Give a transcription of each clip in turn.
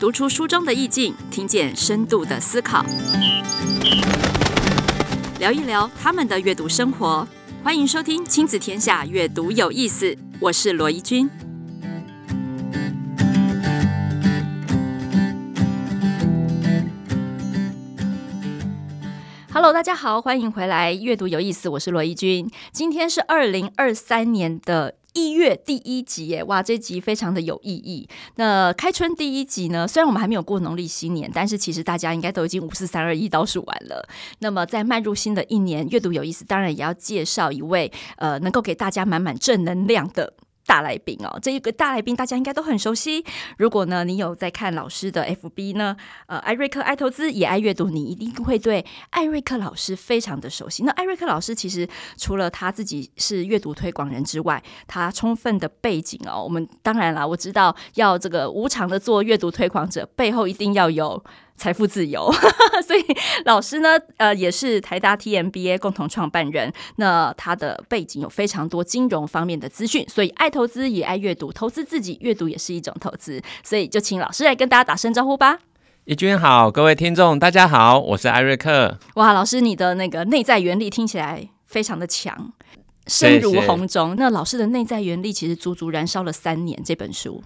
读出书中的意境，听见深度的思考，聊一聊他们的阅读生活。欢迎收听亲子天下阅读有意思，我是罗怡君。Hello， 大家好，欢迎回来阅读有意思，我是罗怡君。今天是2023年的1月第一集耶，哇，这集非常的有意义。那开春第一集呢，虽然我们还没有过农历新年，但是其实大家应该都已经54321倒数完了。那么在迈入新的一年，阅读有意思，当然也要介绍一位能够给大家满满正能量的大来宾哦。这一个大来宾大家应该都很熟悉，如果呢你有在看老师的 FB 呢，艾瑞克爱投资也爱阅读，你一定会对艾瑞克老师非常的熟悉。那艾瑞克老师其实除了他自己是阅读推广人之外，他充分的背景哦，我们当然啦，我知道要这个无偿的做阅读推广者，背后一定要有财富自由所以老师呢也是台大 TMBA 共同创办人，那他的背景有非常多金融方面的资讯，所以爱投资也爱阅读，投资自己阅读也是一种投资，所以就请老师来跟大家打声招呼吧。 怡君好，各位听众大家好，我是艾瑞克。 哇，老师你的那个内在原力听起来非常的强，深如洪钟。那老师的内在原力其实足足燃烧了3年，这本书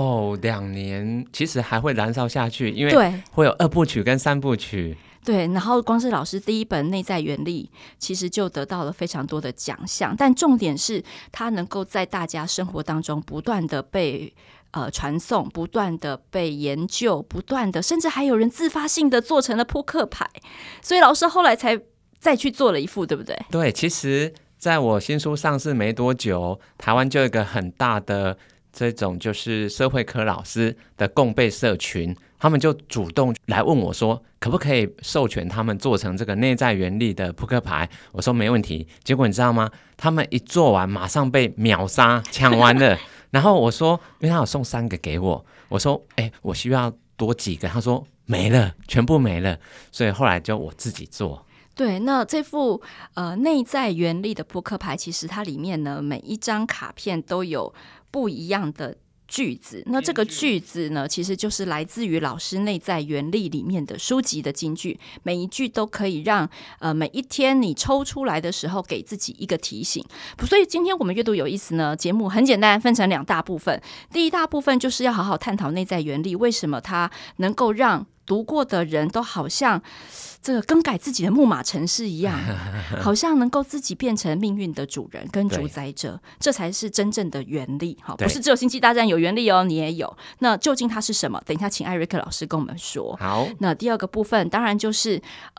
2年其实还会燃烧下去，因为会有2部曲跟3部曲。 对，然后光是老师第一本内在原力其实就得到了非常多的奖项，但重点是它能够在大家生活当中不断的被传送，不断的被研究，不断的甚至还有人自发性的做成了扑克牌，所以老师后来才再去做了一副，对不对？ 对，其实在我新书上市没多久，台湾就有一个很大的这种就是社会科老师的共备社群，他们就主动来问我说可不可以授权他们做成这个内在原力的扑克牌，我说没问题。结果你知道吗，他们一做完马上被秒杀抢完了然后我说因为他有送3个给我，我说我需要多几个，他说没了，全部没了，所以后来就我自己做。 对，那这副内在原力的扑克牌，其实它里面呢每一张卡片都有不一样的句子，那这个句子呢其实就是来自于老师内在原力里面的书籍的金句，每一句都可以让每一天你抽出来的时候给自己一个提醒。所以今天我们阅读有意思呢，节目很简单，分成2大部分。第一大部分就是要好好探讨内在原力，为什么它能够让读过的人都好像这个更改自己的木马程式一样好像能够自己变成命运的主人跟主宰者，这才是真正的原力。不是只有星际大战有原力哦，你也有。那究竟它是什么？等一下请艾瑞克老师跟我们说。 好， 那第二个部分当然就是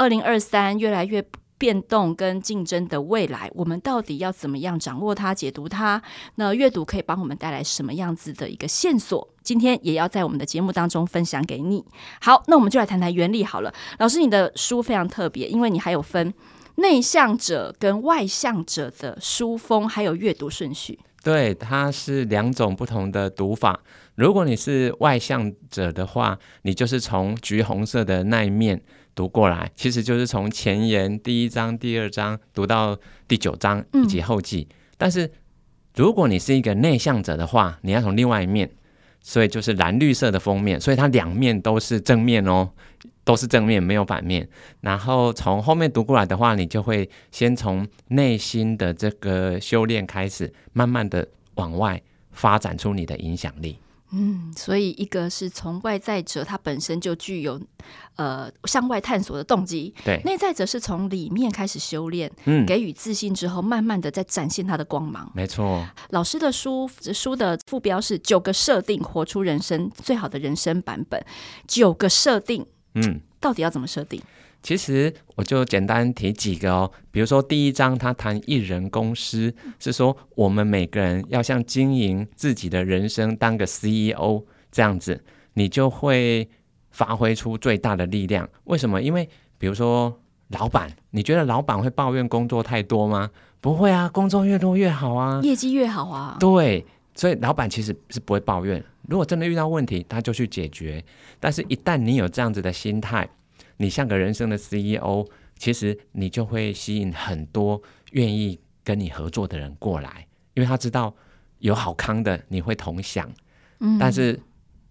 2023越来越变动跟竞争的未来，我们到底要怎么样掌握它、解读它？那阅读可以帮我们带来什么样子的一个线索？今天也要在我们的节目当中分享给你。好，那我们就来谈谈原理好了。老师，你的书非常特别，因为你还有分内向者跟外向者的书风，还有阅读顺序。 对，它是2种不同的读法。如果你是外向者的话，你就是从橘红色的那一面读过来，其实就是从前言第1章、第2章读到第9章以及后记。但是如果你是一个内向者的话，你要从另外一面，所以就是蓝绿色的封面，所以它2面都是正面哦，都是正面，没有反面。然后从后面读过来的话，你就会先从内心的这个修炼开始，慢慢的往外发展出你的影响力。 所以一个是从外在者，他本身就具有向外探索的动机， 对， 内在者是从里面开始修炼，给予自信之后，慢慢的在展现他的光芒。 没错， 老师的书的副标是9个设定，活出人生最好的人生版本。9个设定，到底要怎么设定？ 其实我就简单提几个哦，比如说第1章他谈一人公司，是说我们每个人要像经营自己的人生，当个 CEO 这样子，你就会发挥出最大的力量。为什么？因为比如说老板，你觉得老板会抱怨工作太多吗？不会啊，工作越多越好啊， 业绩越好啊。 对，所以老板其实是不会抱怨，如果真的遇到问题他就去解决。但是一旦你有这样子的心态，你像个人生的 CEO， 其实你就会吸引很多愿意跟你合作的人过来，因为他知道有好康的你会同享，但是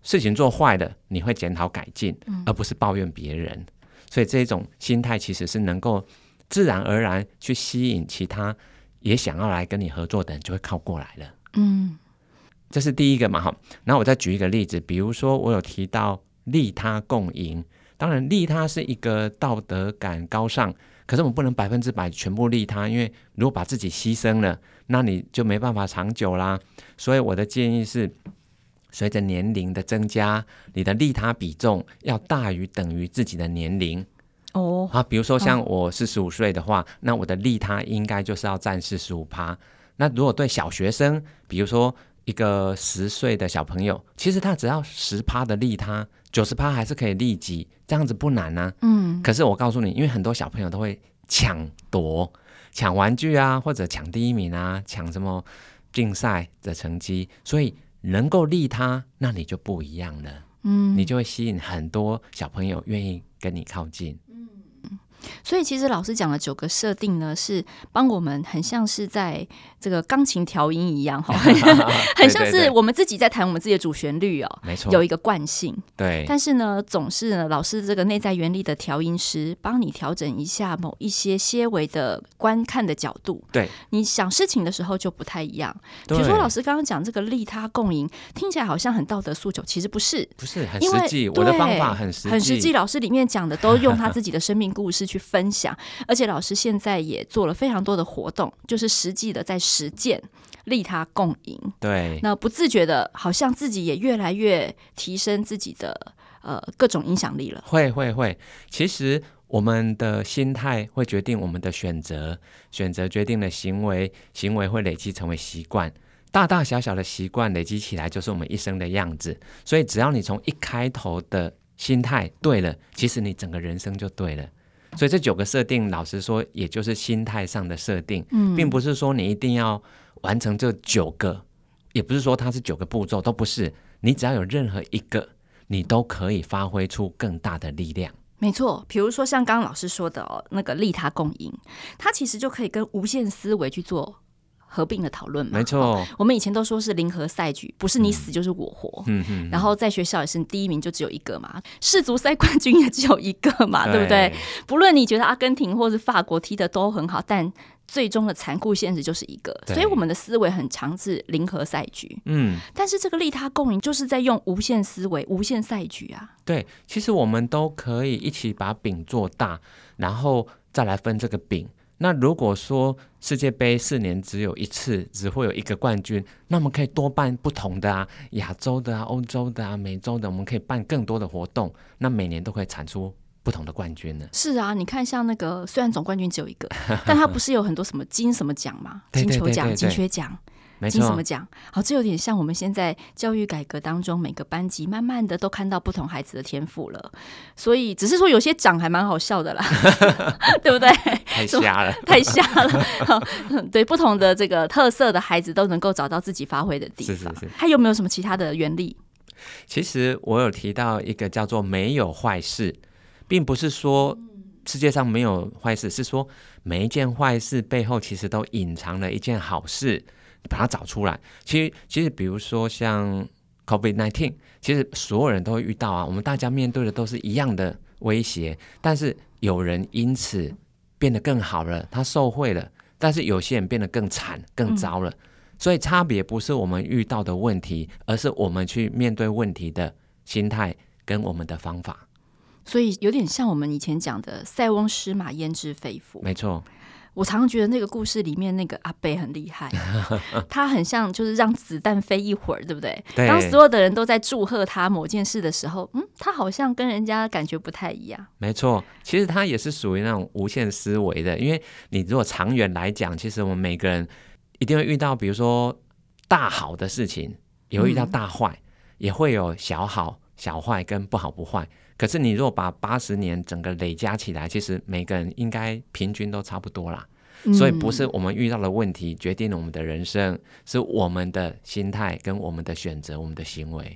事情做坏了，你会检讨改进，而不是抱怨别人。所以这种心态其实是能够自然而然去吸引其他也想要来跟你合作的人，就会靠过来了。这是第一个嘛。然后我再举一个例子，比如说我有提到利他共赢，当然利他是一个道德感高尚，可是我们不能100%全部利他，因为如果把自己牺牲了，那你就没办法长久啦。所以我的建议是，随着年龄的增加，你的利他比重要大于等于自己的年龄。比如说像我45岁的话，那我的利他应该就是要占45%。那如果对小学生，比如说一个10岁的小朋友，其实他只要10%的利他，90%还是可以利己，这样子不难啊。可是我告诉你，因为很多小朋友都会抢夺、抢玩具啊，或者抢第一名啊，抢什么竞赛的成绩，所以能够利他，那你就不一样了。你就会吸引很多小朋友愿意跟你靠近。 所以其实老师讲的9个设定呢，是帮我们很像是在这个钢琴调音一样很像是我们自己在弹我们自己的主旋律没错， 有一个惯性。 对， 但是呢，总是呢，老师这个内在原力的调音师帮你调整一下某一些些微的观看的角度。 对， 你想事情的时候就不太一样。比如说老师刚刚讲这个利他共赢，听起来好像很道德诉求，其实不是，很实际。我的方法很实际， 老师里面讲的都用他自己的生命故事去分享，而且老师现在也做了非常多的活动，就是实际的在实践利他共赢。 对， 那不自觉的，好像自己也越来越提升自己的各种影响力了。 会，其实我们的心态会决定我们的选择，选择决定了行为，行为会累积成为习惯，大大小小的习惯累积起来就是我们一生的样子。所以只要你从一开头的心态对了，其实你整个人生就对了。所以这9个设定，老实说也就是心态上的设定，并不是说你一定要完成这9个，也不是说它是9个步骤，都不是。你只要有任何一个，你都可以发挥出更大的力量。 没错，比如说像刚刚老师说的那个利他共赢，它其实就可以跟无限思维去做合并的讨论嘛。 没错， 我们以前都说是零和赛局，不是你死就是我活。然后在学校也是第一名就只有一个嘛，世足赛冠军也只有一个嘛，对不对？不论你觉得阿根廷或是法国踢的都很好，但最终的残酷现实就是一个，所以我们的思维很常是零和赛局。但是这个利他共赢就是在用无限思维、无限赛局啊。 对，其实我们都可以一起把饼做大，然后再来分这个饼。那如果说世界杯4年只有一次，只会有一个冠军，那我们可以多办不同的啊，亚洲的啊、欧洲的啊、美洲的，我们可以办更多的活动，那每年都可以产出不同的冠军呢。 是啊，你看像那个虽然总冠军只有一个，但他不是有很多什么金什么奖吗？金球奖、金靴奖。金什么奖？好，这有点像我们现在教育改革当中，每个班级慢慢的都看到不同孩子的天赋了，所以只是说有些奖还蛮好笑的啦，对不对？ 太瞎了， 太瞎了。对，不同的这个特色的孩子都能够找到自己发挥的地方。是。还有没有什么其他的原理？ 其实我有提到一个叫做没有坏事，并不是说世界上没有坏事，是说每一件坏事背后其实都隐藏了一件好事，把它找出来。其实比如说像 COVID-19， 其实所有人都会遇到啊，我们大家面对的都是一样的威胁，但是有人因此变得更好了，他受惠了，但是有些人变得更惨更糟了。所以差别不是我们遇到的问题，而是我们去面对问题的心态跟我们的方法。 所以有点像我们以前讲的塞翁失马焉知非福。 没错， 我常常觉得那个故事里面那个阿伯很厉害，他很像就是让子弹飞一会儿，对不对？当所有的人都在祝贺他某件事的时候，他好像跟人家感觉不太一样。 没错，其实他也是属于那种无限思维的，因为你如果长远来讲，其实我们每个人一定会遇到，比如说大好的事情，也会遇到大坏，也会有小好、小坏跟不好不坏。可是你如果把80年整个累加起来，其实每个人应该平均都差不多啦。所以不是我们遇到的问题决定了我们的人生，是我们的心态跟我们的选择、我们的行为。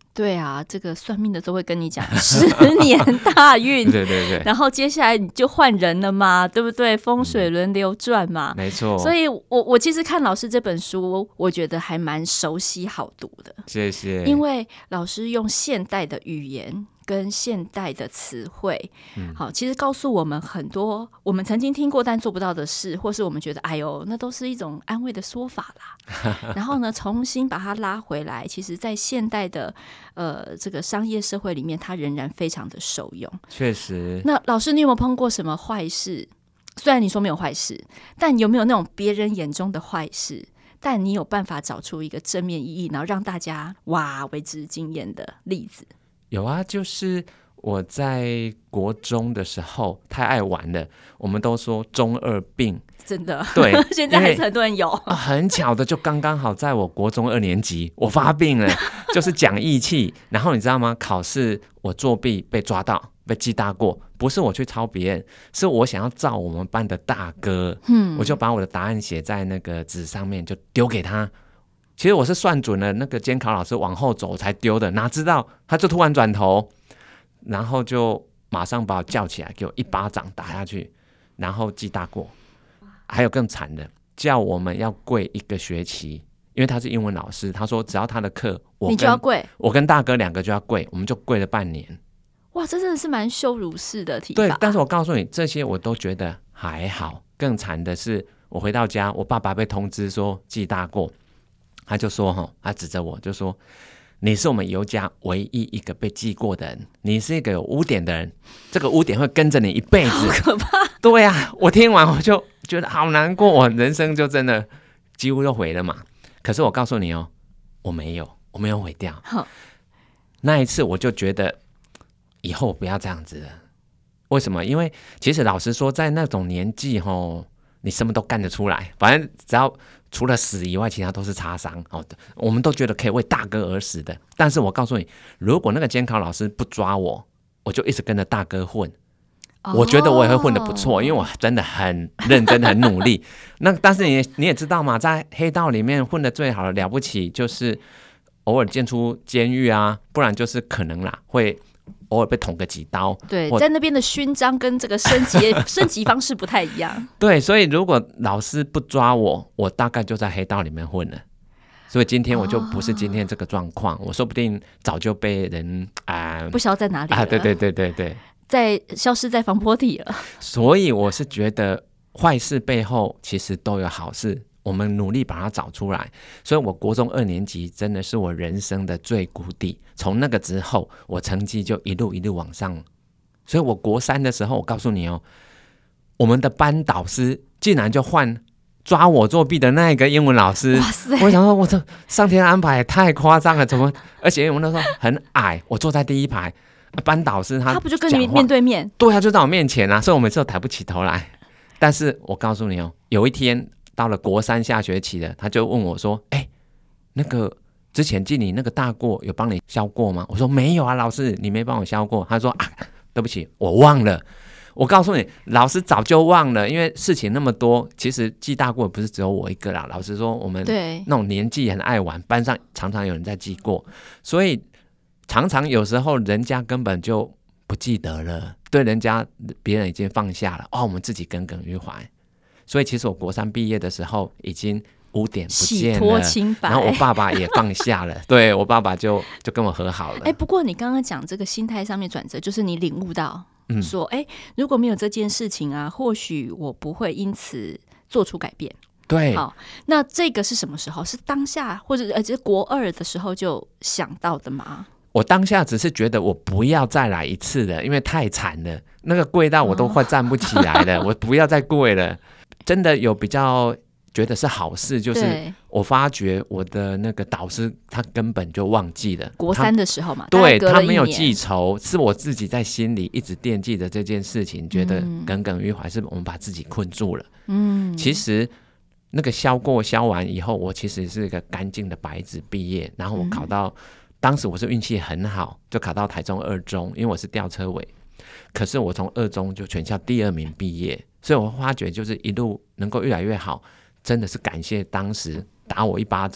对啊，这个算命的都会跟你讲10年大运， 对对对， 然后接下来你就换人了嘛，对不对？风水轮流转嘛， 没错。 所以我其实看老师这本书，我觉得还蛮熟悉好读的， 谢谢。 因为老师用现代的语言跟现代的词汇，好，其实告诉我们很多我们曾经听过但做不到的事，或是我们觉得哎呦那都是一种安慰的说法啦然后呢重新把它拉回来，其实在现代的这个商业社会里面，它仍然非常的受用。 确实。 那老师你有没有碰过什么坏事？虽然你说没有坏事，但有没有那种别人眼中的坏事，但你有办法找出一个正面意义，然后让大家哇为之惊艳的例子？ 有啊，就是我在国中的时候太爱玩了，我们都说中二病， 真的， 对现在还是很多人有。 很巧的，就刚刚好在我国中2年级，我发病了，就是讲义气。然后你知道吗？考试我作弊被抓到，被记大过，不是我去抄别人，是我想要照我们班的大哥，我就把我的答案写在那个纸上面，就丢给他。其实我是算准了那个监考老师往后走才丢的，哪知道他就突然转头，然后就马上把我叫起来，给我一巴掌打下去，然后记大过。还有更惨的，叫我们要跪1个学期，因为他是英文老师，他说只要他的课， 你就要跪， 我跟大哥2个就要跪，我们就跪了半年。 哇，这真的是蛮羞辱式的体罚。 对，但是我告诉你，这些我都觉得还好。更惨的是，我回到家，我爸爸被通知说记大过，他就说他指着我就说，你是我们尤家唯一一个被记过的人，你是一个有污点的人，这个污点会跟着你一辈子。 好可怕。 对啊，我听完我就觉得好难过，我人生就真的几乎就毁了嘛。可是我告诉你我没有毁掉。那一次我就觉得以后不要这样子了。为什么？因为其实老实说，在那种年纪你什么都干得出来，反正只要除了死以外，其他都是擦伤。我们都觉得可以为大哥而死的。但是我告诉你，如果那个监考老师不抓我，我就一直跟着大哥混。我觉得我也会混得不错，因为我真的很认真很努力。那但是你也知道嘛，在黑道里面混得最好的了不起就是偶尔进出监狱啊，不然就是可能啦会偶尔被捅个几刀。 对，在那边的勋章跟这个升级方式不太一样。 对，所以如果老师不抓我，我大概就在黑道里面混了。所以今天我就不是今天这个状况，我说不定早就被人不晓得在哪里了。 对对对对对， 消失在防波堤了。 所以我是觉得坏事背后其实都有好事，我们努力把它找出来。所以我国中2年级真的是我人生的最谷底，从那个之后我成绩就一路往上。所以我国3的时候，我告诉你我们的班导师竟然就换抓我作弊的那一个英文老师。 哇塞！ 我想说我这上天安排也太夸张了，怎么？而且我那时候很矮，我坐在第一排，班导师他不就跟你面对面？ 对啊，就在我面前啊，所以我每次都抬不起头来。但是我告诉你有一天到了国3下学期了，他就问我说：“那个之前记你那个大过有帮你消过吗？”我说：“没有啊，老师，你没帮我消过。”他说：“对不起，我忘了。”我告诉你，老师早就忘了，因为事情那么多，其实记大过也不是只有我一个啦。老实说，我们那种年纪很爱玩，班上常常有人在记过，所以常常有时候人家根本就不记得了，对人家别人已经放下了，我们自己耿耿于怀。所以其实我国3毕业的时候已经污点不见了， 洗脱清白， 然后我爸爸也放下了，对，我爸爸就跟我和好了。 不过你刚刚讲这个心态上面转折，就是你领悟到说如果没有这件事情啊，或许我不会因此做出改变。 对， 好，那这个是什么时候？是当下或者国2的时候就想到的吗？ 我当下只是觉得我不要再来一次了，因为太惨了，那个跪到我都快站不起来了，我不要再跪了。真的有比较觉得是好事，就是我发觉我的那个导师他根本就忘记了， 国3的时候嘛， 对，他没有记仇，是我自己在心里一直惦记着这件事情，觉得耿耿于怀，是我们把自己困住了。其实那个消完以后，我其实是一个干净的白纸毕业，然后我考到当时我是运气很好，就考到台中2中，因为我是吊车尾，可是我从2中就全校第2名毕业，所以我发觉就是一路能够越来越好，真的是感谢当时打我一巴掌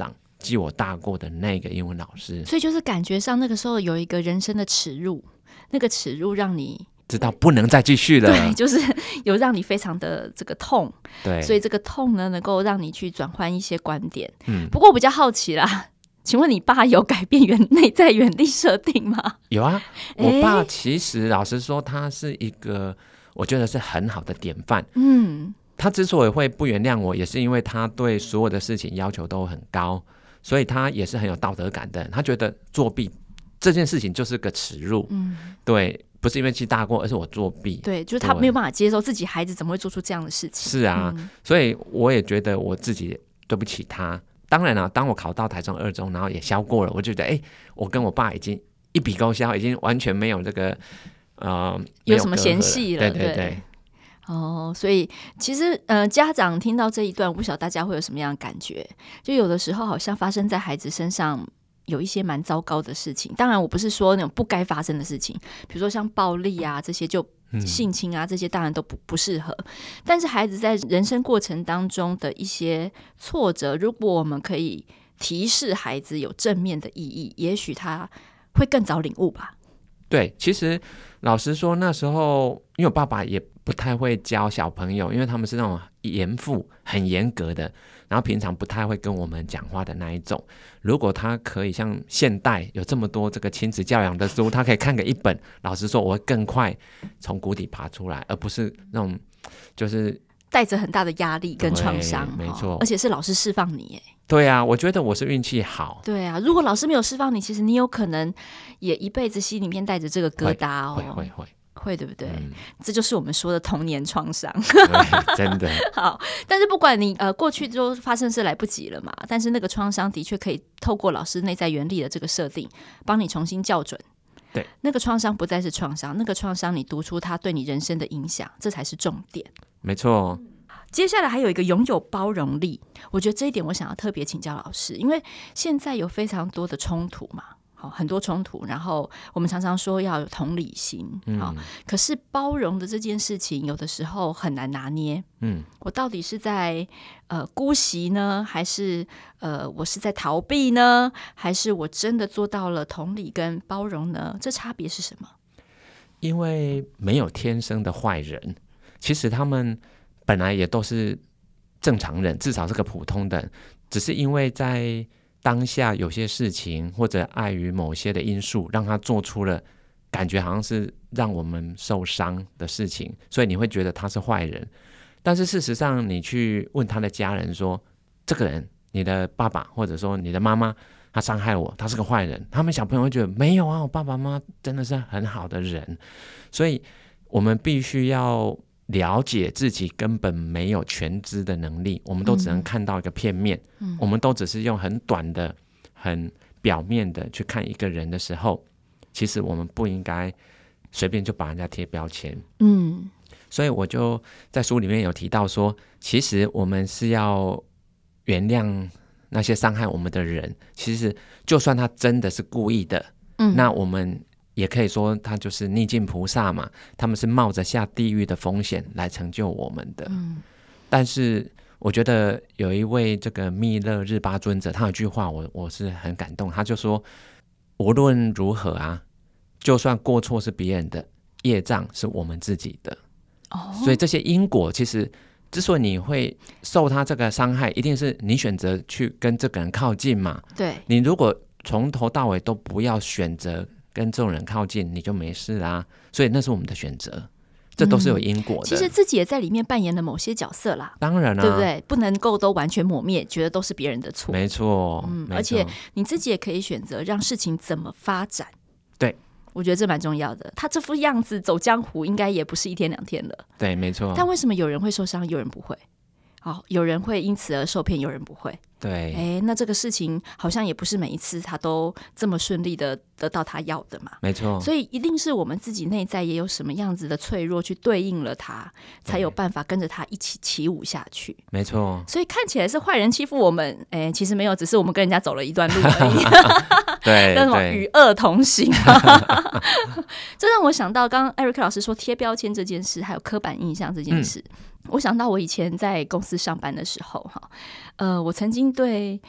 记我大过的那个英文老师。 所以就是感觉上那个时候有一个人生的耻辱，那个耻辱让你知道不能再继续了， 对，就是有让你非常的这个痛， 对， 所以这个痛呢，能够让你去转换一些观点。不过我比较好奇啦，请问你爸有改变内在原力设定吗？ 有啊，我爸其实老实说，他是一个我觉得是很好的典范。他之所以会不原谅我，也是因为他对所有的事情要求都很高，所以他也是很有道德感的人。他觉得作弊这件事情就是个耻辱，对，不是因为记大过，而是我作弊。 对，就是他没有办法接受自己孩子怎么会做出这样的事情。 是啊，所以我也觉得我自己对不起他。当然了，当我考到台中二中，然后也销过了，我就觉得我跟我爸已经一笔勾销，已经完全没有这个有什么嫌隙了。 对。 所以其实家长听到这一段，我不晓得大家会有什么样的感觉。就有的时候好像发生在孩子身上有一些蛮糟糕的事情，当然我不是说那种不该发生的事情，比如说像暴力啊这些，就性侵啊这些当然都不适合。但是孩子在人生过程当中的一些挫折，如果我们可以提示孩子有正面的意义，也许他会更早领悟吧。 对，其实老实说那时候因为我爸爸也不太会教小朋友，因为他们是那种严父很严格的，然后平常不太会跟我们讲话的那一种。如果他可以像现代有这么多这个亲子教养的书，他可以看个一本，老实说我会更快从谷底爬出来，而不是那种就是带着很大的压力跟创伤。 没错， 而且是老师释放你。 对啊，我觉得我是运气好。 对啊，如果老师没有释放你，其实你有可能也一辈子心里面带着这个疙瘩。会对不对？这就是我们说的童年创伤。 真的好，但是不管你过去都发生是来不及了嘛，但是那个创伤的确可以透过老师内在原力的这个设定，帮你重新校准。 对， 那个创伤不再是创伤，那个创伤你读出它对你人生的影响，这才是重点。 没错。 接下来还有一个拥有包容力，我觉得这一点我想要特别请教老师，因为现在有非常多的冲突嘛，很多冲突，然后我们常常说要有同理心，可是包容的这件事情有的时候很难拿捏。我到底是在姑息呢，还是我是在逃避呢，还是我真的做到了同理跟包容呢？这差别是什么？ 因为没有天生的坏人，其实他们本来也都是正常人，至少是个普通的人，只是因为在当下有些事情或者碍于某些的因素，让他做出了感觉好像是让我们受伤的事情，所以你会觉得他是坏人。但是事实上你去问他的家人说，这个人你的爸爸或者说你的妈妈他伤害我，他是个坏人，他们小朋友会觉得没有啊，我爸爸妈妈真的是很好的人。所以我们必须要了解自己根本没有全知的能力，我们都只能看到一个片面，我们都只是用很短的很表面的去看一个人的时候，其实我们不应该随便就把人家贴标签。所以我就在书里面有提到说，其实我们是要原谅那些伤害我们的人，其实就算他真的是故意的，那我们也可以说他就是逆境菩萨嘛，他们是冒着下地狱的风险来成就我们的。但是我觉得有一位这个密勒日巴尊者，他有一句话我是很感动，他就说无论如何啊，就算过错是别人的，业障是我们自己的。所以这些因果其实之所以你会受他这个伤害，一定是你选择去跟这个人靠近嘛。 对， 你如果从头到尾都不要选择跟这种人靠近，你就没事啦。所以那是我们的选择，这都是有因果的。 其实自己也在里面扮演了某些角色啦， 当然啦， 对不对？不能够都完全抹灭，觉得都是别人的错。 没错， 而且你自己也可以选择让事情怎么发展。 对， 我觉得这蛮重要的。他这副样子走江湖，应该也不是一天两天了。 对，没错。 但为什么有人会受伤，有人不会？有人会因此而受骗，有人不会。 对， 那这个事情好像也不是每一次他都这么顺利的得到他要的嘛。 没错。 所以一定是我们自己内在也有什么样子的脆弱去对应了他，才有办法跟着他一起起舞下去。 没错。 所以看起来是坏人欺负我们，其实没有，只是我们跟人家走了一段路而已。 对， 那种与恶同行。这让我想到刚刚 Eric 老师说贴标签这件事，还有刻板印象这件事。我想到我以前在公司上班的时候，我曾经对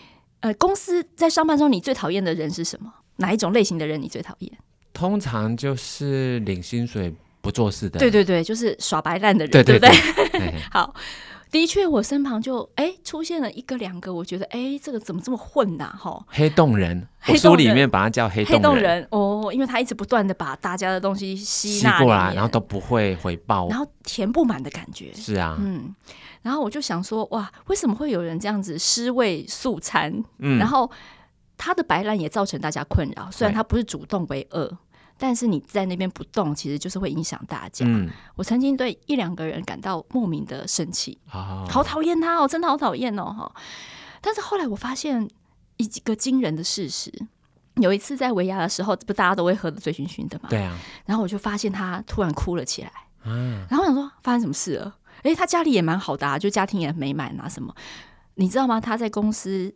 公司在上班中你最讨厌的人是什么？哪一种类型的人你最讨厌？ 通常就是领薪水不做事的。 对对对，就是耍白烂的人， 对对对， 对不对？好，的确我身旁就出现了一个两个，我觉得这个怎么这么混啊？ 黑洞人，我黑洞人书里面把它叫黑洞人哦，因为他一直不断的把大家的东西吸纳过来，然后都不会回报， 然后填不满的感觉。 是啊， 然后我就想说，哇，为什么会有人这样子尸位素餐？然后他的白烂也造成大家困扰，虽然他不是主动为恶，但是你在那边不动，其实就是会影响大家。我曾经对一两个人感到莫名的生气，好讨厌他哦，真的好讨厌哦。但是后来我发现一个惊人的事实，有一次在维亚的时候，不大家都会喝得醉醺醺的嘛？ 对啊。 然后我就发现他突然哭了起来，然后我想说发生什么事了？他家里也蛮好的就家庭也美满什么。你知道吗？他在公司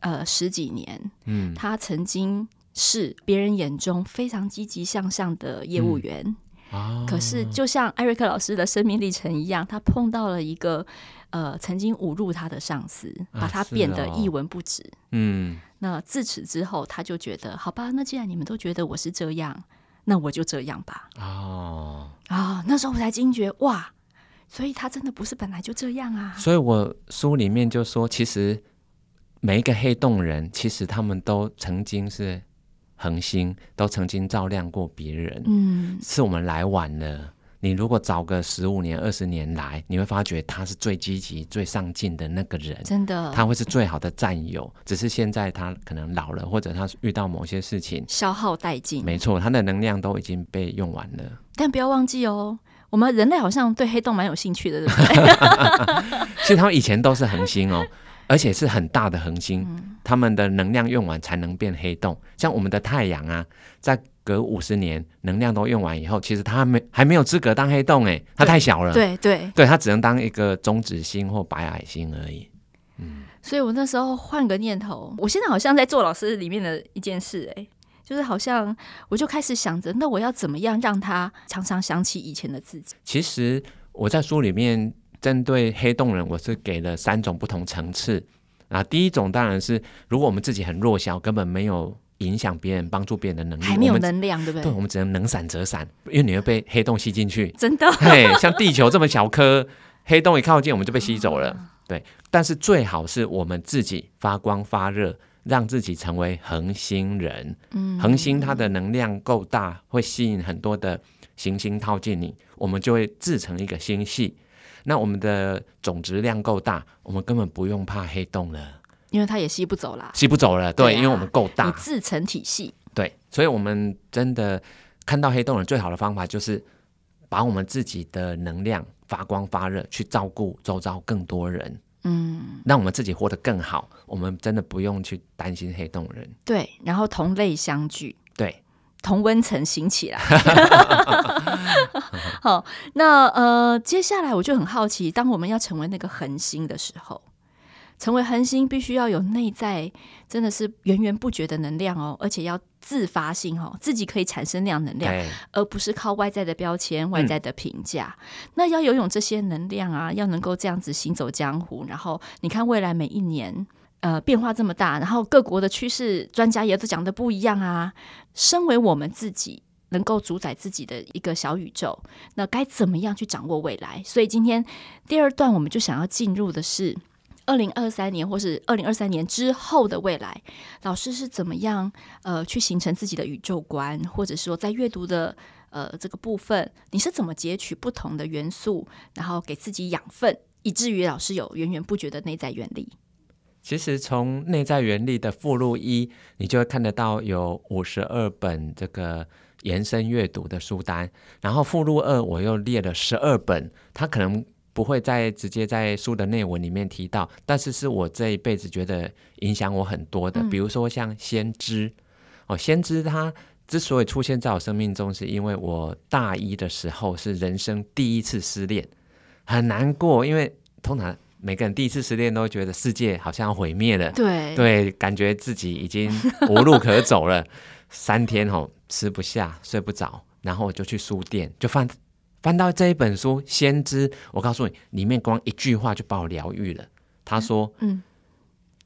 10几年，他曾经是别人眼中非常积极向上的业务员，可是就像艾瑞克老师的生命历程一样，他碰到了一个曾经侮辱他的上司，把他变得一文不值。那自此之后，他就觉得好吧，那既然你们都觉得我是这样，那我就这样吧。那时候我才惊觉，哇，所以他真的不是本来就这样啊。 所以我书里面就说，其实每一个黑洞人，其实他们都曾经是恒星，都曾经照亮过别人。是我们来晚了。你如果早个15年20年来，你会发觉他是最积极最上进的那个人， 真的， 他会是最好的战友。只是现在他可能老了，或者他遇到某些事情消耗殆尽。 没错，他的能量都已经被用完了。 但不要忘记我们人类好像对黑洞蛮有兴趣的，对不对？ 其实他们以前都是恒星而且是很大的恒星，他们的能量用完才能变黑洞。像我们的太阳啊，在隔50年能量都用完以后，其实他还没有资格当黑洞它太小了。 对， 他只能当一个中子星或白矮星而已。 所以我那时候换个念头，我现在好像在做老师里面的一件事就是好像我就开始想着，那我要怎么样让他常常想起以前的自己。 其实我在书里面针对黑洞人，我是给了3种不同层次。第一种当然是如果我们自己很弱小，根本没有影响别人帮助别人的能力， 还没有能量，对不对？ 对，我们只能能闪则闪，因为你会被黑洞吸进去。 真的像地球这么小颗，黑洞一靠近我们就被吸走了。对，但是最好是我们自己发光发热，让自己成为恒星人。恒星它的能量够大，会吸引很多的行星靠近你，我们就会制成一个星系。那我们的总质量够大，我们根本不用怕黑洞了， 因为它也吸不走啦。 吸不走了，对，因为我们够大， 你自成体系。 对，所以我们真的看到黑洞人最好的方法就是把我们自己的能量发光发热，去照顾周遭更多人。让我们自己活得更好，我们真的不用去担心黑洞人。 对，然后同类相聚， 对， 同温层兴起来。好，那接下来我就很好奇，当我们要成为那个恒星的时候，成为恒星必须要有内在真的是源源不绝的能量而且要自发性自己可以产生那样能量，而不是靠外在的标签、外在的评价。那要拥有这些能量啊，要能够这样子行走江湖，然后你看未来每一年变化这么大，然后各国的趋势专家也都讲的不一样啊。身为我们自己能够主宰自己的一个小宇宙，那该怎么样去掌握未来？所以今天第2段我们就想要进入的是2023年或是2023年之后的未来，老师是怎么样去形成自己的宇宙观，或者说在阅读的这个部分，你是怎么截取不同的元素，然后给自己养分，以至于老师有源源不绝的内在原力。 其实从内在原力的附录1，你就会看得到有52本这个延伸阅读的书单，然后附录2我又列了12本，它可能不会直接在书的内文里面提到，但是是我这一辈子觉得影响我很多的。比如说像先知先知它之所以出现在我生命中，是因为我大1的时候是人生第一次失恋，很难过，因为通常每个人第一次失恋都觉得世界好像要毁灭了，对，感觉自己已经无路可走了。3天吃不下睡不着，然后我就去书店就翻到这一本书《先知》，我告诉你，里面光一句话就把我疗愈了。他说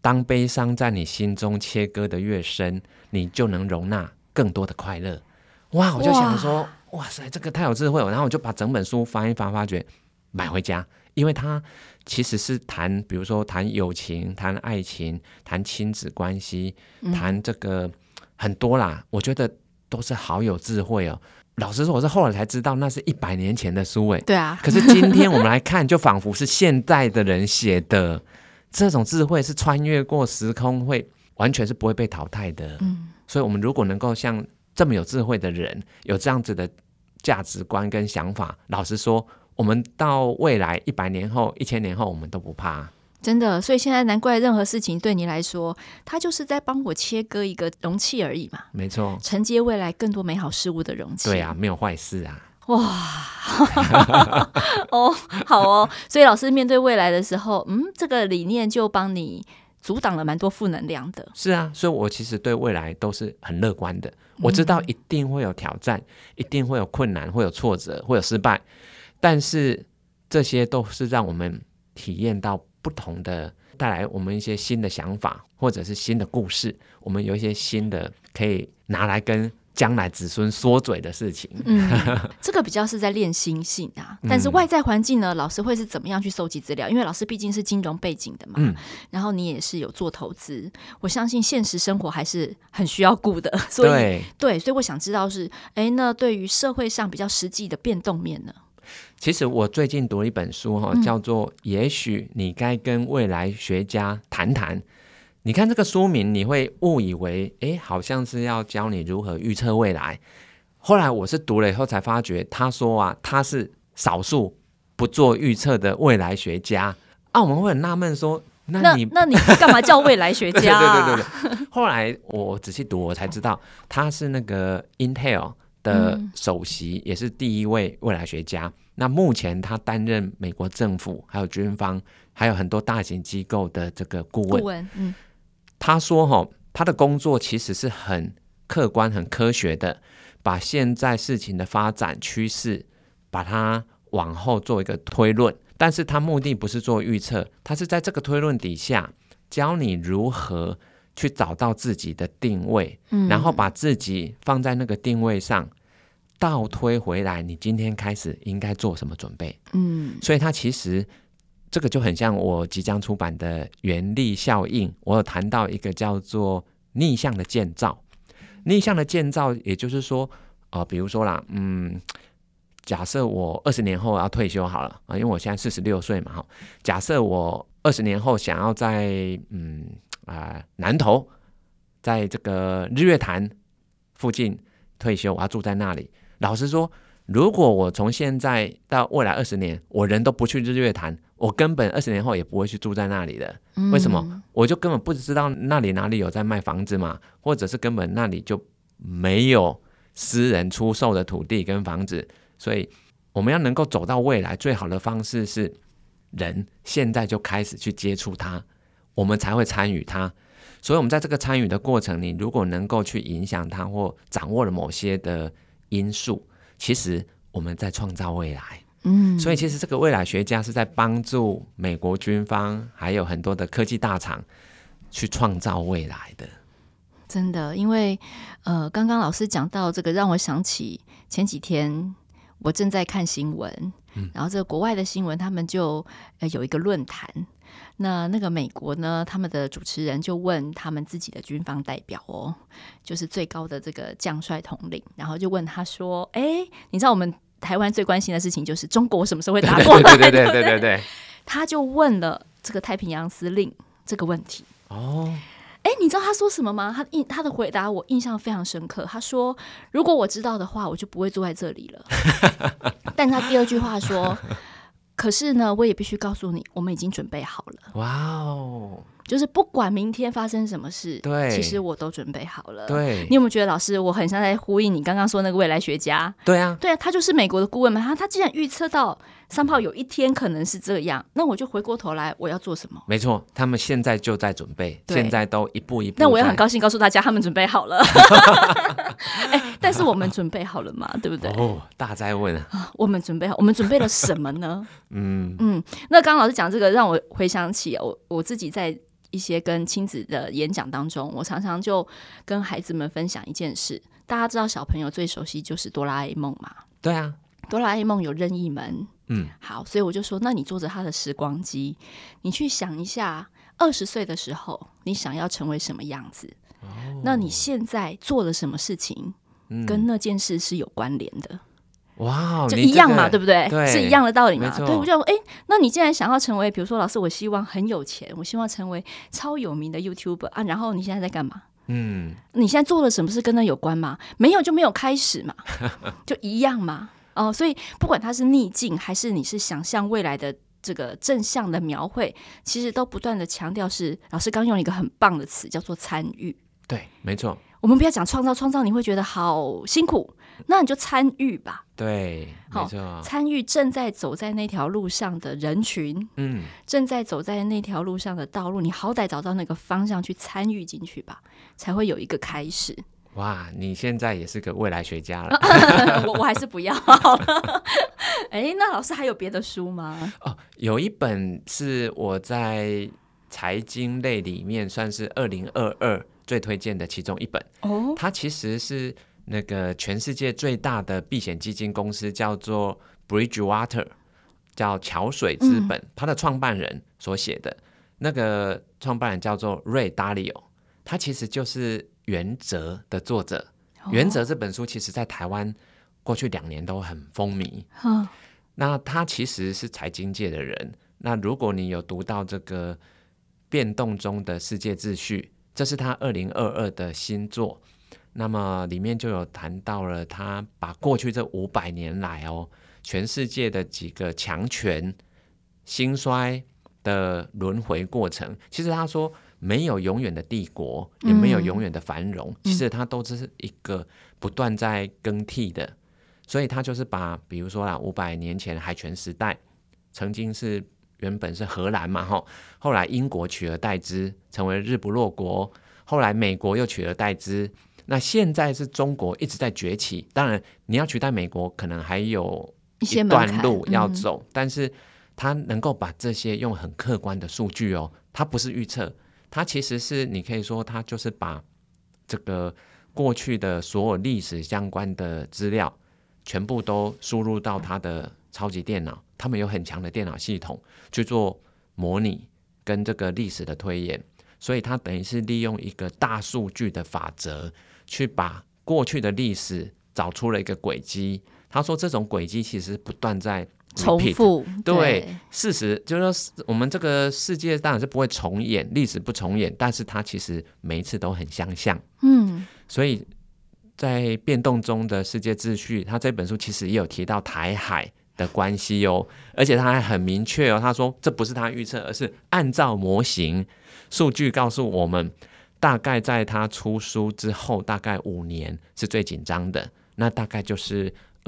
当悲伤在你心中切割的越深，你就能容纳更多的快乐。哇，我就想说，哇塞，这个太有智慧了。然后我就把整本书翻一翻，发觉买回家，因为它其实是谈，比如说谈友情、谈爱情、谈亲子关系、谈这个很多啦，我觉得都是好有智慧哦。老实说，我是后来才知道那是100年前的书诶。 对啊， 可是今天我们来看，就仿佛是现代的人写的，这种智慧是穿越过时空，会完全是不会被淘汰的。所以我们如果能够像这么有智慧的人，有这样子的价值观跟想法，老实说，我们到未来100年后、1000年后，我们都不怕。 真的，所以现在难怪任何事情对你来说，它就是在帮我切割一个容器而已嘛。 没错， 承接未来更多美好事物的容器。 对啊，没有坏事啊。 哇，哦，好哦。所以老师面对未来的时候，这个理念就帮你阻挡了蛮多负能量的。 是啊，所以我其实对未来都是很乐观的。我知道一定会有挑战，一定会有困难，会有挫折，会有失败，但是这些都是让我们体验到不同的，带来我们一些新的想法，或者是新的故事，我们有一些新的可以拿来跟将来子孙说嘴的事情。 这个比较是在练心性啊。但是外在环境呢，老师会是怎么样去收集资料？因为老师毕竟是金融背景的嘛，然后你也是有做投资，我相信现实生活还是很需要顾的。所以对，所以我想知道是，那对于社会上比较实际的变动面呢？ 其实我最近读了一本书，叫做《也许你该跟未来学家谈谈》。你看这个书名，你会误以为好像是要教你如何预测未来。后来我是读了以后才发觉，他说啊，他是少数不做预测的未来学家啊。我们会很纳闷说，那你干嘛叫未来学家啊？ 对。后来我仔细读，我才知道他是那个 Intel 的首席，也是第一位未来学家。那目前他担任美国政府还有军方还有很多大型机构的这个顾问。他说他的工作其实是很客观很科学的，把现在事情的发展趋势把它往后做一个推论，但是他目的不是做预测，他是在这个推论底下教你如何去找到自己的定位，然后把自己放在那个定位上，倒推回来你今天开始应该做什么准备。所以它其实这个就很像我即将出版的原力效应，我有谈到一个叫做逆向的建造。逆向的建造也就是说比如说啦，假设我20年后要退休好了因为我现在46岁嘛，假设我20年后想要在南投，在这个日月潭附近退休，我要住在那里。老实说，如果我从现在到未来20年，我人都不去日月潭，我根本20年后也不会去住在那里的。为什么？我就根本不知道那里哪里有在卖房子嘛，或者是根本那里就没有私人出售的土地跟房子。所以我们要能够走到未来，最好的方式是人现在就开始去接触它，我们才会参与它。所以我们在这个参与的过程，你如果能够去影响它或掌握了某些的因素，其实我们在创造未来。所以其实这个未来学家是在帮助美国军方还有很多的科技大厂去创造未来的。 真的，因为刚刚老师讲到这个，让我想起前几天我正在看新闻，然后这个国外的新闻他们就有一个论坛，那个美国呢，他们的主持人就问他们自己的军方代表就是最高的这个将帅统领，然后就问他说你知道我们台湾最关心的事情就是中国什么时候会打过来？ 对， 他就问了这个太平洋司令这个问题。你知道他说什么吗？他的回答我印象非常深刻。他说：“如果我知道的话，我就不会坐在这里了。”但他第二句话说：“可是呢，我也必须告诉你，我们已经准备好了。” 哇哦！ 就是不管明天发生什么事， 对， 其实我都准备好了。 对， 你有没有觉得老师我很像在呼应你刚刚说那个未来学家？ 对啊， 他就是美国的顾问嘛。他既然预测到三炮有一天可能是这样，那我就回过头来我要做什么？ 没错，他们现在就在准备，现在都一步一步。 那我也很高兴告诉大家，他们准备好了。但是我们准备好了吗？对不对？ 大哉问我们准备好，我们准备了什么呢？那刚刚老师讲这个，让我回想起我自己在一些跟亲子的演讲当中，我常常就跟孩子们分享一件事。大家知道小朋友最熟悉就是哆啦 A 梦嘛？ 对啊， 哆啦 A 梦有任意门，好，所以我就说，那你坐着他的时光机，你去想一下，20岁的时候你想要成为什么样子？那你现在做了什么事情，跟那件事是有关联的？ 哇， 就一样嘛，对不对？ 对， 是一样的道理嘛。对，我就说，那你既然想要成为，比如说老师，我希望很有钱，我希望成为超有名的 YouTuber 啊，然后你现在在干嘛？你现在做了什么事跟那有关吗？没有就没有开始嘛，就一样嘛。所以不管它是逆境还是你是想象未来的这个正向的描绘，其实都不断的强调是老师刚用了一个很棒的词，叫做参与。 对，没错。 我们不要讲创造，创造你会觉得好辛苦，那你就参与吧。 对，没错。 参与正在走在那条路上的人群，正在走在那条路上的道路，你好歹找到那个方向去参与进去吧，才会有一个开始。 哇，你现在也是个未来学家了。 我还是不要好了。那老师还有别的书吗？ 有一本是我在财经类里面算是2022最推荐的其中一本。它其实是那个全世界最大的避险基金公司叫做 Bridgewater， 叫桥水资本，它的创办人所写的。那个创办人叫做瑞达利欧，他其实就是原则的作者。原则这本书其实在台湾过去2年都很风靡。那他其实是财经界的人。那如果你有读到这个变动中的世界秩序，这是他2022的新作，那么里面就有谈到了他把过去这500年来全世界的几个强权兴衰的轮回过程。其实他说没有永远的帝国，也没有永远的繁荣，其实它都是一个不断在更替的。所以他就是把比如说500年前海权时代曾经是原本是荷兰嘛，后来英国取而代之成为日不落国，后来美国又取而代之，那现在是中国一直在崛起。当然你要取代美国可能还有一段路要走，但是他能够把这些用很客观的数据它不是预测，它其实是你可以说它就是把这个过去的所有历史相关的资料全部都输入到它的超级电脑，他们有很强的电脑系统去做模拟跟这个历史的推演。所以他等于是利用一个大数据的法则去把过去的历史找出了一个轨迹。他说这种轨迹其实不断在重复。 对，事实就是说我们这个世界当然是不会重演，历史不重演，但是它其实每一次都很相像。所以在变动中的世界秩序，他这本书其实也有提到台海的关系而且他还很明确他说这不是他预测，而是按照模型数据告诉我们，大概在他出书之后大概5年是最紧张的，那大概就是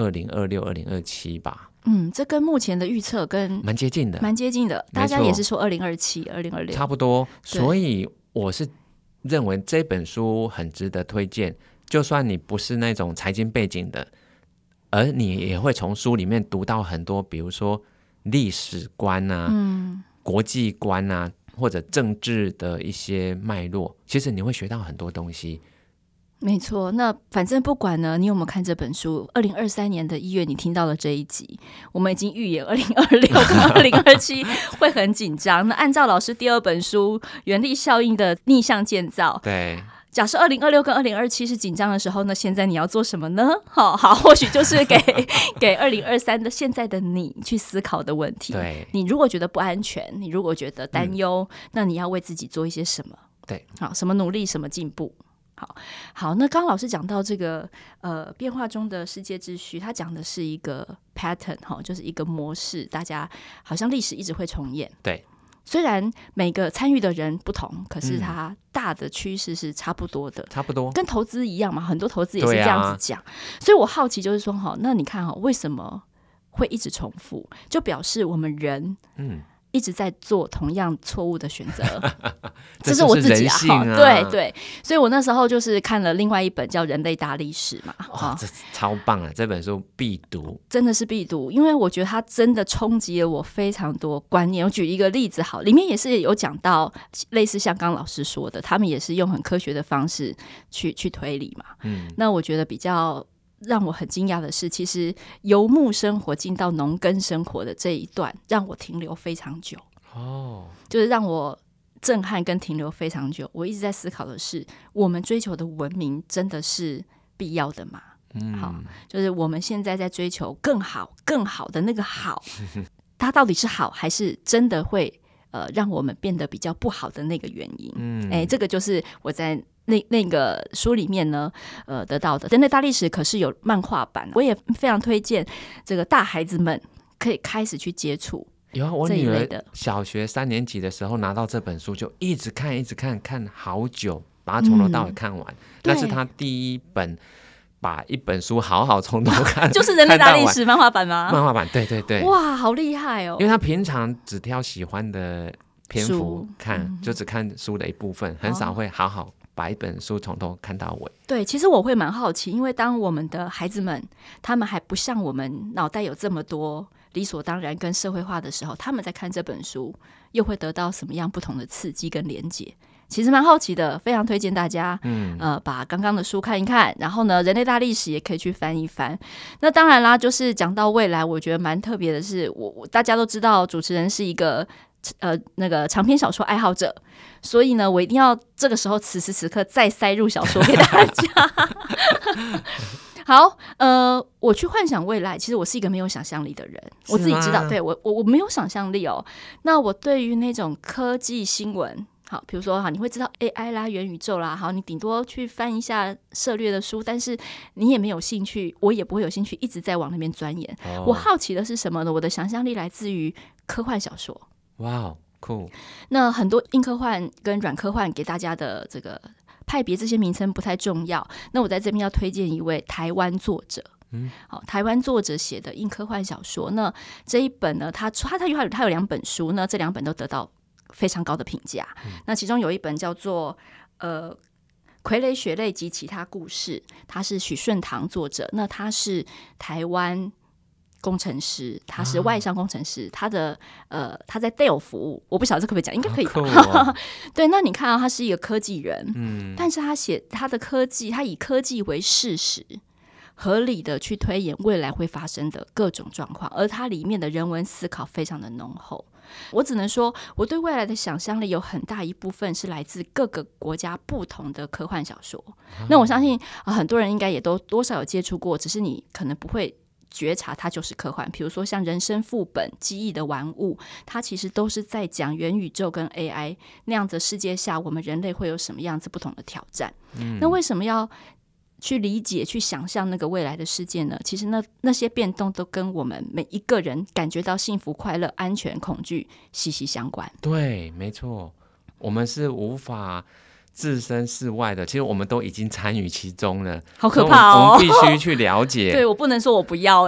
2026、2027吧。 这跟目前的预测跟蛮接近的， 大家也是说2027、2026 差不多。所以我是认为这本书很值得推荐，就算你不是那种财经背景的，而你也会从书里面读到很多比如说历史观国际观或者政治的一些脉络，其实你会学到很多东西。 没错，那反正不管呢，你有没有看这本书，2023年的1月你听到了这一集，我们已经预演2026跟2027会很紧张。那按照老师第2本书原力效应的逆向建造， 对， 假设2026跟2027是紧张的时候，那现在你要做什么呢？好，或许就是给2023的现在的你去思考的问题。 对， 你如果觉得不安全，你如果觉得担忧，那你要为自己做一些什么？ 对， 好，什么努力，什么进步？好，那刚刚老师讲到这个变化中的世界秩序，他讲的是一个 pattern 就是一个模式，大家好像历史一直会重演。 对， 虽然每个参与的人不同，可是它大的趋势是差不多的， 差不多跟投资一样嘛，很多投资也是这样子讲。所以我好奇就是说那你看为什么会一直重复？就表示我们人一直在做同样错误的选择。这是我自己啊， 对，所以我那时候就是看了另外一本叫《人类大历史》嘛， 这超棒啊！这本书必读， 真的是必读，因为我觉得它真的冲击了我非常多观念。我举一个例子好，里面也是有讲到类似像刚刚老师说的，他们也是用很科学的方式去推理嘛。那我觉得比较让我很惊讶的是，其实游牧生活进到农耕生活的这一段，让我停留非常久。就是让我震撼跟停留非常久。我一直在思考的是，我们追求的文明真的是必要的吗？好，就是我们现在在追求更好的那个好，它到底是好还是真的会让我们变得比较不好的那个原因？这个就是我在那个书里面呢得到的。人类大历史可是有漫画版，我也非常推荐这个大孩子们可以开始去接触。 有啊，我女儿小学3年级的时候拿到这本书就一直看看好久，把它从头到尾看完。那是她第一本把一本书好好从头看就是人类大历史漫画版吗？ 漫画版，对对对。 哇，好厉害哦！ 因为她平常只挑喜欢的篇幅看，就只看书的一部分，很少会好好把一本书从头看到尾。 对，其实我会蛮好奇，因为当我们的孩子们他们还不像我们脑袋有这么多理所当然跟社会化的时候，他们在看这本书又会得到什么样不同的刺激跟连结？其实蛮好奇的，非常推荐大家把刚刚的书看一看，然后呢人类大历史也可以去翻一翻。那当然啦，就是讲到未来，我觉得蛮特别的是，我大家都知道主持人是一个那个长篇小说爱好者，所以呢我一定要这个时候此时此刻再塞入小说给大家。好，我去幻想未来，其实我是一个没有想象力的人，我自己知道，对我没有想象力哦。那我对于那种科技新闻，好，比如说你会知道 AI 啦、元宇宙啦，好，你顶多去翻一下涉猎的书，但是你也没有兴趣，我也不会有兴趣一直在往那边钻研。我好奇的是什么呢？我的想象力来自于科幻小说。 哇，酷！ 那很多硬科幻跟软科幻给大家的这个派别，这些名称不太重要。那我在这边要推荐一位台湾作者，好，台湾作者写的硬科幻小说。那这一本呢，他有2本书，那这2本都得到非常高的评价。那其中有一本叫做傀儡血泪及其他故事，他是许顺堂作者。那他是台湾工程师，他是外商工程师，他在 Dell 服务，我不晓得这可不可以讲，应该可以吧？对，那你看他是一个科技人，但是他写他的科技，他以科技为事实，合理的去推演未来会发生的各种状况，而它里面的人文思考非常的浓厚。我只能说，我对未来的想象力有很大一部分是来自各个国家不同的科幻小说。那我相信很多人应该也都多少有接触过，只是你可能不会觉察它就是科幻。比如说像人生副本、记忆的玩物，它其实都是在讲元宇宙跟 AI 那样子的世界下，我们人类会有什么样子不同的挑战。那为什么要去理解、去想象那个未来的世界呢？其实那些变动都跟我们每一个人感觉到幸福、快乐、安全、恐惧息息相关。 对，没错，我们是无法置身事外的，其实我们都已经参与其中了。 好可怕哦！ 我们必须去了解。 对，我不能说我不要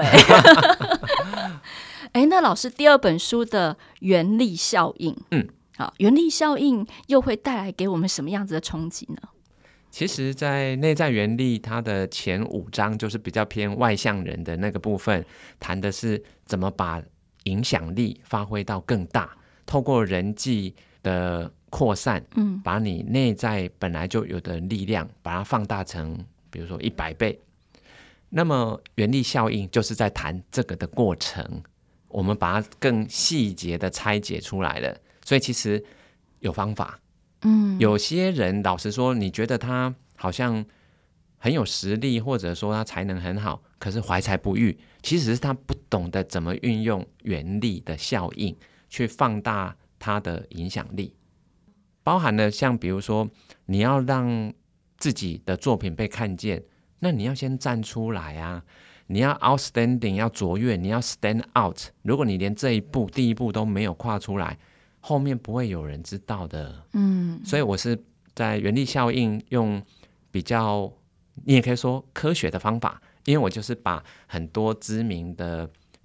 那老师第2本书的原力效应，好，原力效应又会带来给我们什么样子的冲击呢？ 其实在内在原力它的前5章就是比较偏外向人的那个部分，谈的是怎么把影响力发挥到更大，透过人际的扩散，把你内在本来就有的力量把它放大成比如说100倍。那么原力效应就是在谈这个的过程，我们把它更细节的拆解出来了。所以其实有方法，有些人老实说你觉得他好像很有实力，或者说他才能很好，可是怀才不遇，其实是他不懂得怎么运用原力的效应去放大他的影响力。包含了像比如说你要让自己的作品被看见，那你要先站出来啊，你要 outstanding， 要卓越，你要 stand out。 如果你连这一步第一步都没有跨出来，后面不会有人知道的。所以我是在原力效应用比较你也可以说科学的方法，因为我就是把很多知名的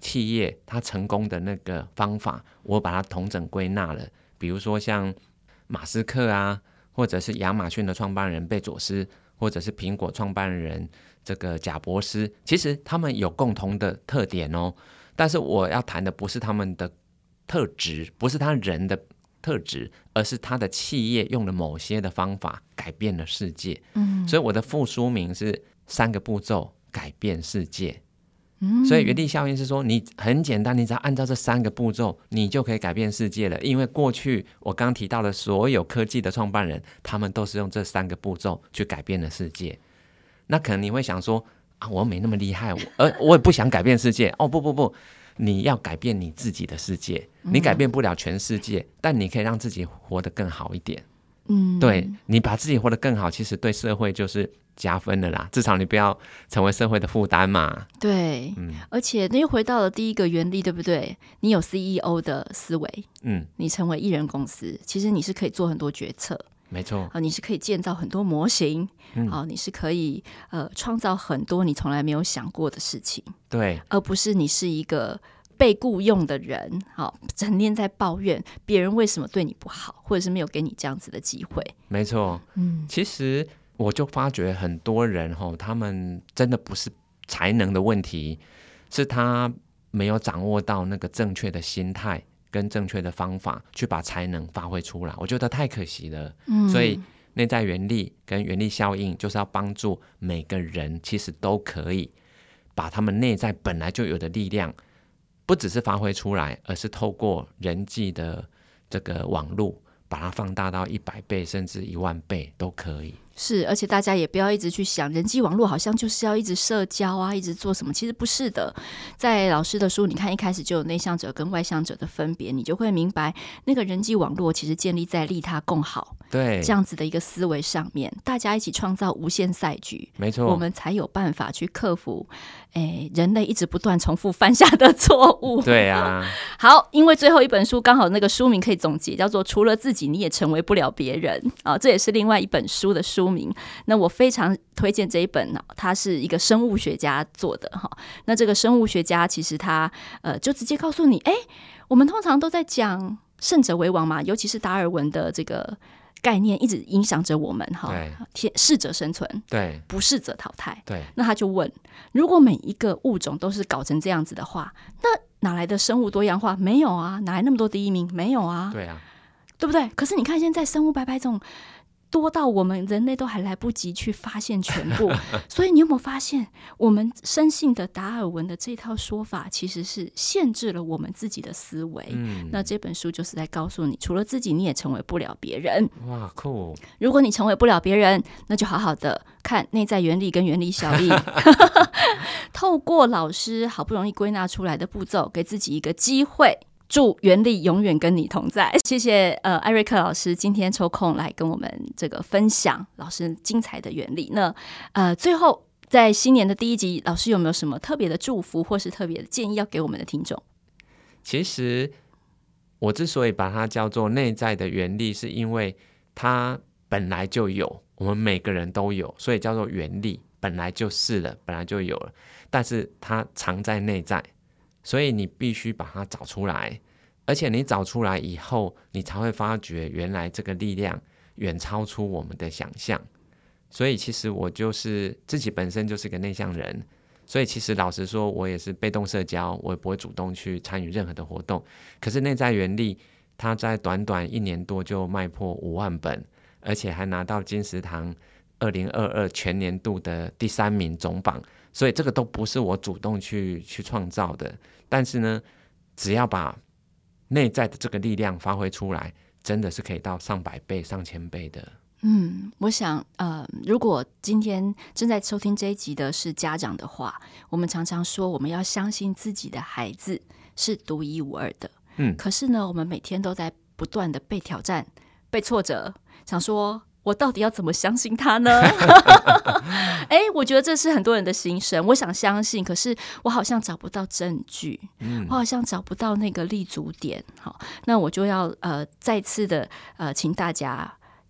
企业它成功的那个方法，我把它统整归纳了。比如说像马斯克啊，或者是亚马逊的创办人贝佐斯，或者是苹果创办人这个贾伯斯，其实他们有共同的特点哦。但是我要谈的不是他们的特质，不是他人的特质，而是他的企业用了某些的方法改变了世界。所以我的副书名是3个步骤改变世界。所以原力效应是说，你很简单，你只要按照这3个步骤，你就可以改变世界了。因为过去我刚提到的所有科技的创办人，他们都是用这3个步骤去改变了世界。那可能你会想说啊，我没那么厉害，我也不想改变世界。哦，不，你要改变你自己的世界。你改变不了全世界，但你可以让自己活得更好一点。对，你把自己活得更好，其实对社会就是加分的啦，至少你不要成为社会的负担嘛。 对，而且那又回到了第一个原理，对不对？你有 CEO 的思维，你成为艺人公司，其实你是可以做很多决策， 没错， 你是可以建造很多模型，你是可以创造很多你从来没有想过的事情， 对， 而不是你是一个被雇佣的人，整天在抱怨别人为什么对你不好，或者是没有给你这样子的机会。 没错，其实我就发觉很多人他们真的不是才能的问题，是他没有掌握到那个正确的心态跟正确的方法去把才能发挥出来，我觉得太可惜了。所以内在原力跟原力效应就是要帮助每个人其实都可以把他们内在本来就有的力量不只是发挥出来，而是透过人际的这个网络把它放大到100倍甚至10000倍都可以。 是，而且大家也不要一直去想人际网络好像就是要一直社交啊，一直做什么，其实不是的。在老师的书你看一开始就有内向者跟外向者的分别，你就会明白那个人际网络其实建立在利他共好对这样子的一个思维上面，大家一起创造无限赛局， 没错， 我们才有办法去克服人类一直不断重复犯下的错误。 对啊， 好，因为最后一本书刚好那个书名可以总结，叫做除了自己你也成为不了别人这也是另外一本书的书名。那我非常推荐这一本，它是一个生物学家做的。那这个生物学家其实他就直接告诉你，我们通常都在讲胜者为王嘛，尤其是达尔文的这个概念一直影响着我们适者生存， 对， 不适者淘汰。 对， 那他就问，如果每一个物种都是搞成这样子的话，那哪来的生物多样化？没有啊，哪来那么多第一名？没有啊， 对啊， 对不对？可是你看现在生物百百种多到我们人类都还来不及去发现全部所以你有没有发现我们深信的达尔文的这套说法其实是限制了我们自己的思维。那这本书就是在告诉你，除了自己你也成为不了别人。 哇，酷！ 如果你成为不了别人，那就好好的看内在原理跟原理效应透过老师好不容易归纳出来的步骤，给自己一个机会，祝原力永远跟你同在。谢谢艾瑞克老师今天抽空来跟我们这个分享老师精彩的原力。那最后在新年的第一集，老师有没有什么特别的祝福或是特别的建议要给我们的听众？ 其实我之所以把它叫做内在的原力，是因为它本来就有，我们每个人都有，所以叫做原力，本来就是了，本来就有了，但是它藏在内在，所以你必须把它找出来，而且你找出来以后，你才会发觉原来这个力量远超出我们的想象。所以其实我就是自己本身就是个内向人，所以其实老实说我也是被动社交，我也不会主动去参与任何的活动。可是内在原力它在短短1年多就卖破5万本，而且还拿到金石堂2022全年度的第3名总榜，所以这个都不是我主动去创造的。但是呢，只要把内在的这个力量发挥出来，真的是可以到上百倍上千倍的。 我想如果今天正在收听这一集的是家长的话，我们常常说我们要相信自己的孩子是独一无二的。可是呢，我们每天都在不断的被挑战、被挫折，想说我到底要怎么相信他呢？我觉得这是很多人的心声。我想相信，可是我好像找不到证据，我好像找不到那个立足点。好，那我就要再次的请大家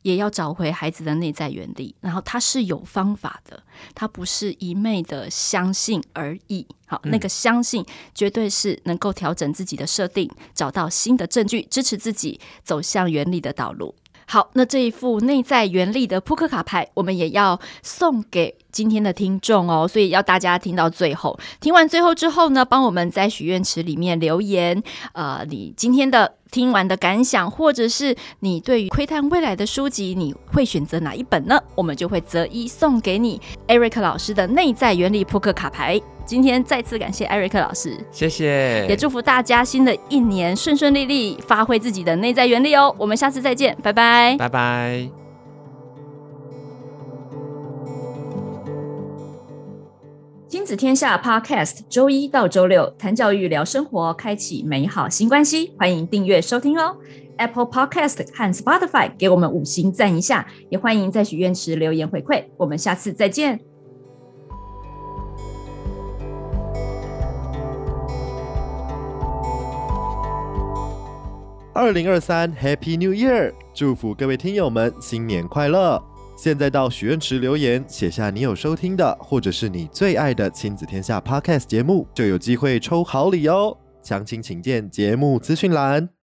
也要找回孩子的内在原力，然后它是有方法的，它不是一昧的相信而已。好，那个相信绝对是能够调整自己的设定，找到新的证据，支持自己走向原力的道路。好，那这一副内在原力的扑克卡牌，我们也要送给今天的听众哦，所以要大家听到最后，听完最后之后呢，帮我们在许愿池里面留言，你今天的听完的感想，或者是你对于窥探未来的书籍，你会选择哪一本呢？我们就会择一送给你 Eric 老师的内在原理扑克卡牌。今天再次感谢 Eric 老师， 谢谢， 也祝福大家新的一年顺顺利利，发挥自己的内在原理哦。我们下次再见，拜拜， 拜拜。 亲子天下 Podcast 周一到周六谈教育聊生活，开启美好新关系，欢迎订阅收听哦。Apple Podcast 和 Spotify 给我们5星赞一下，也欢迎在许愿池留言回馈。我们下次再见。 2023 Happy New Year！ 祝福各位听友们新年快乐！现在到许愿池留言，写下你有收听的，或者是你最爱的亲子天下 Podcast 节目，就有机会抽好礼哦。详情请见节目资讯栏。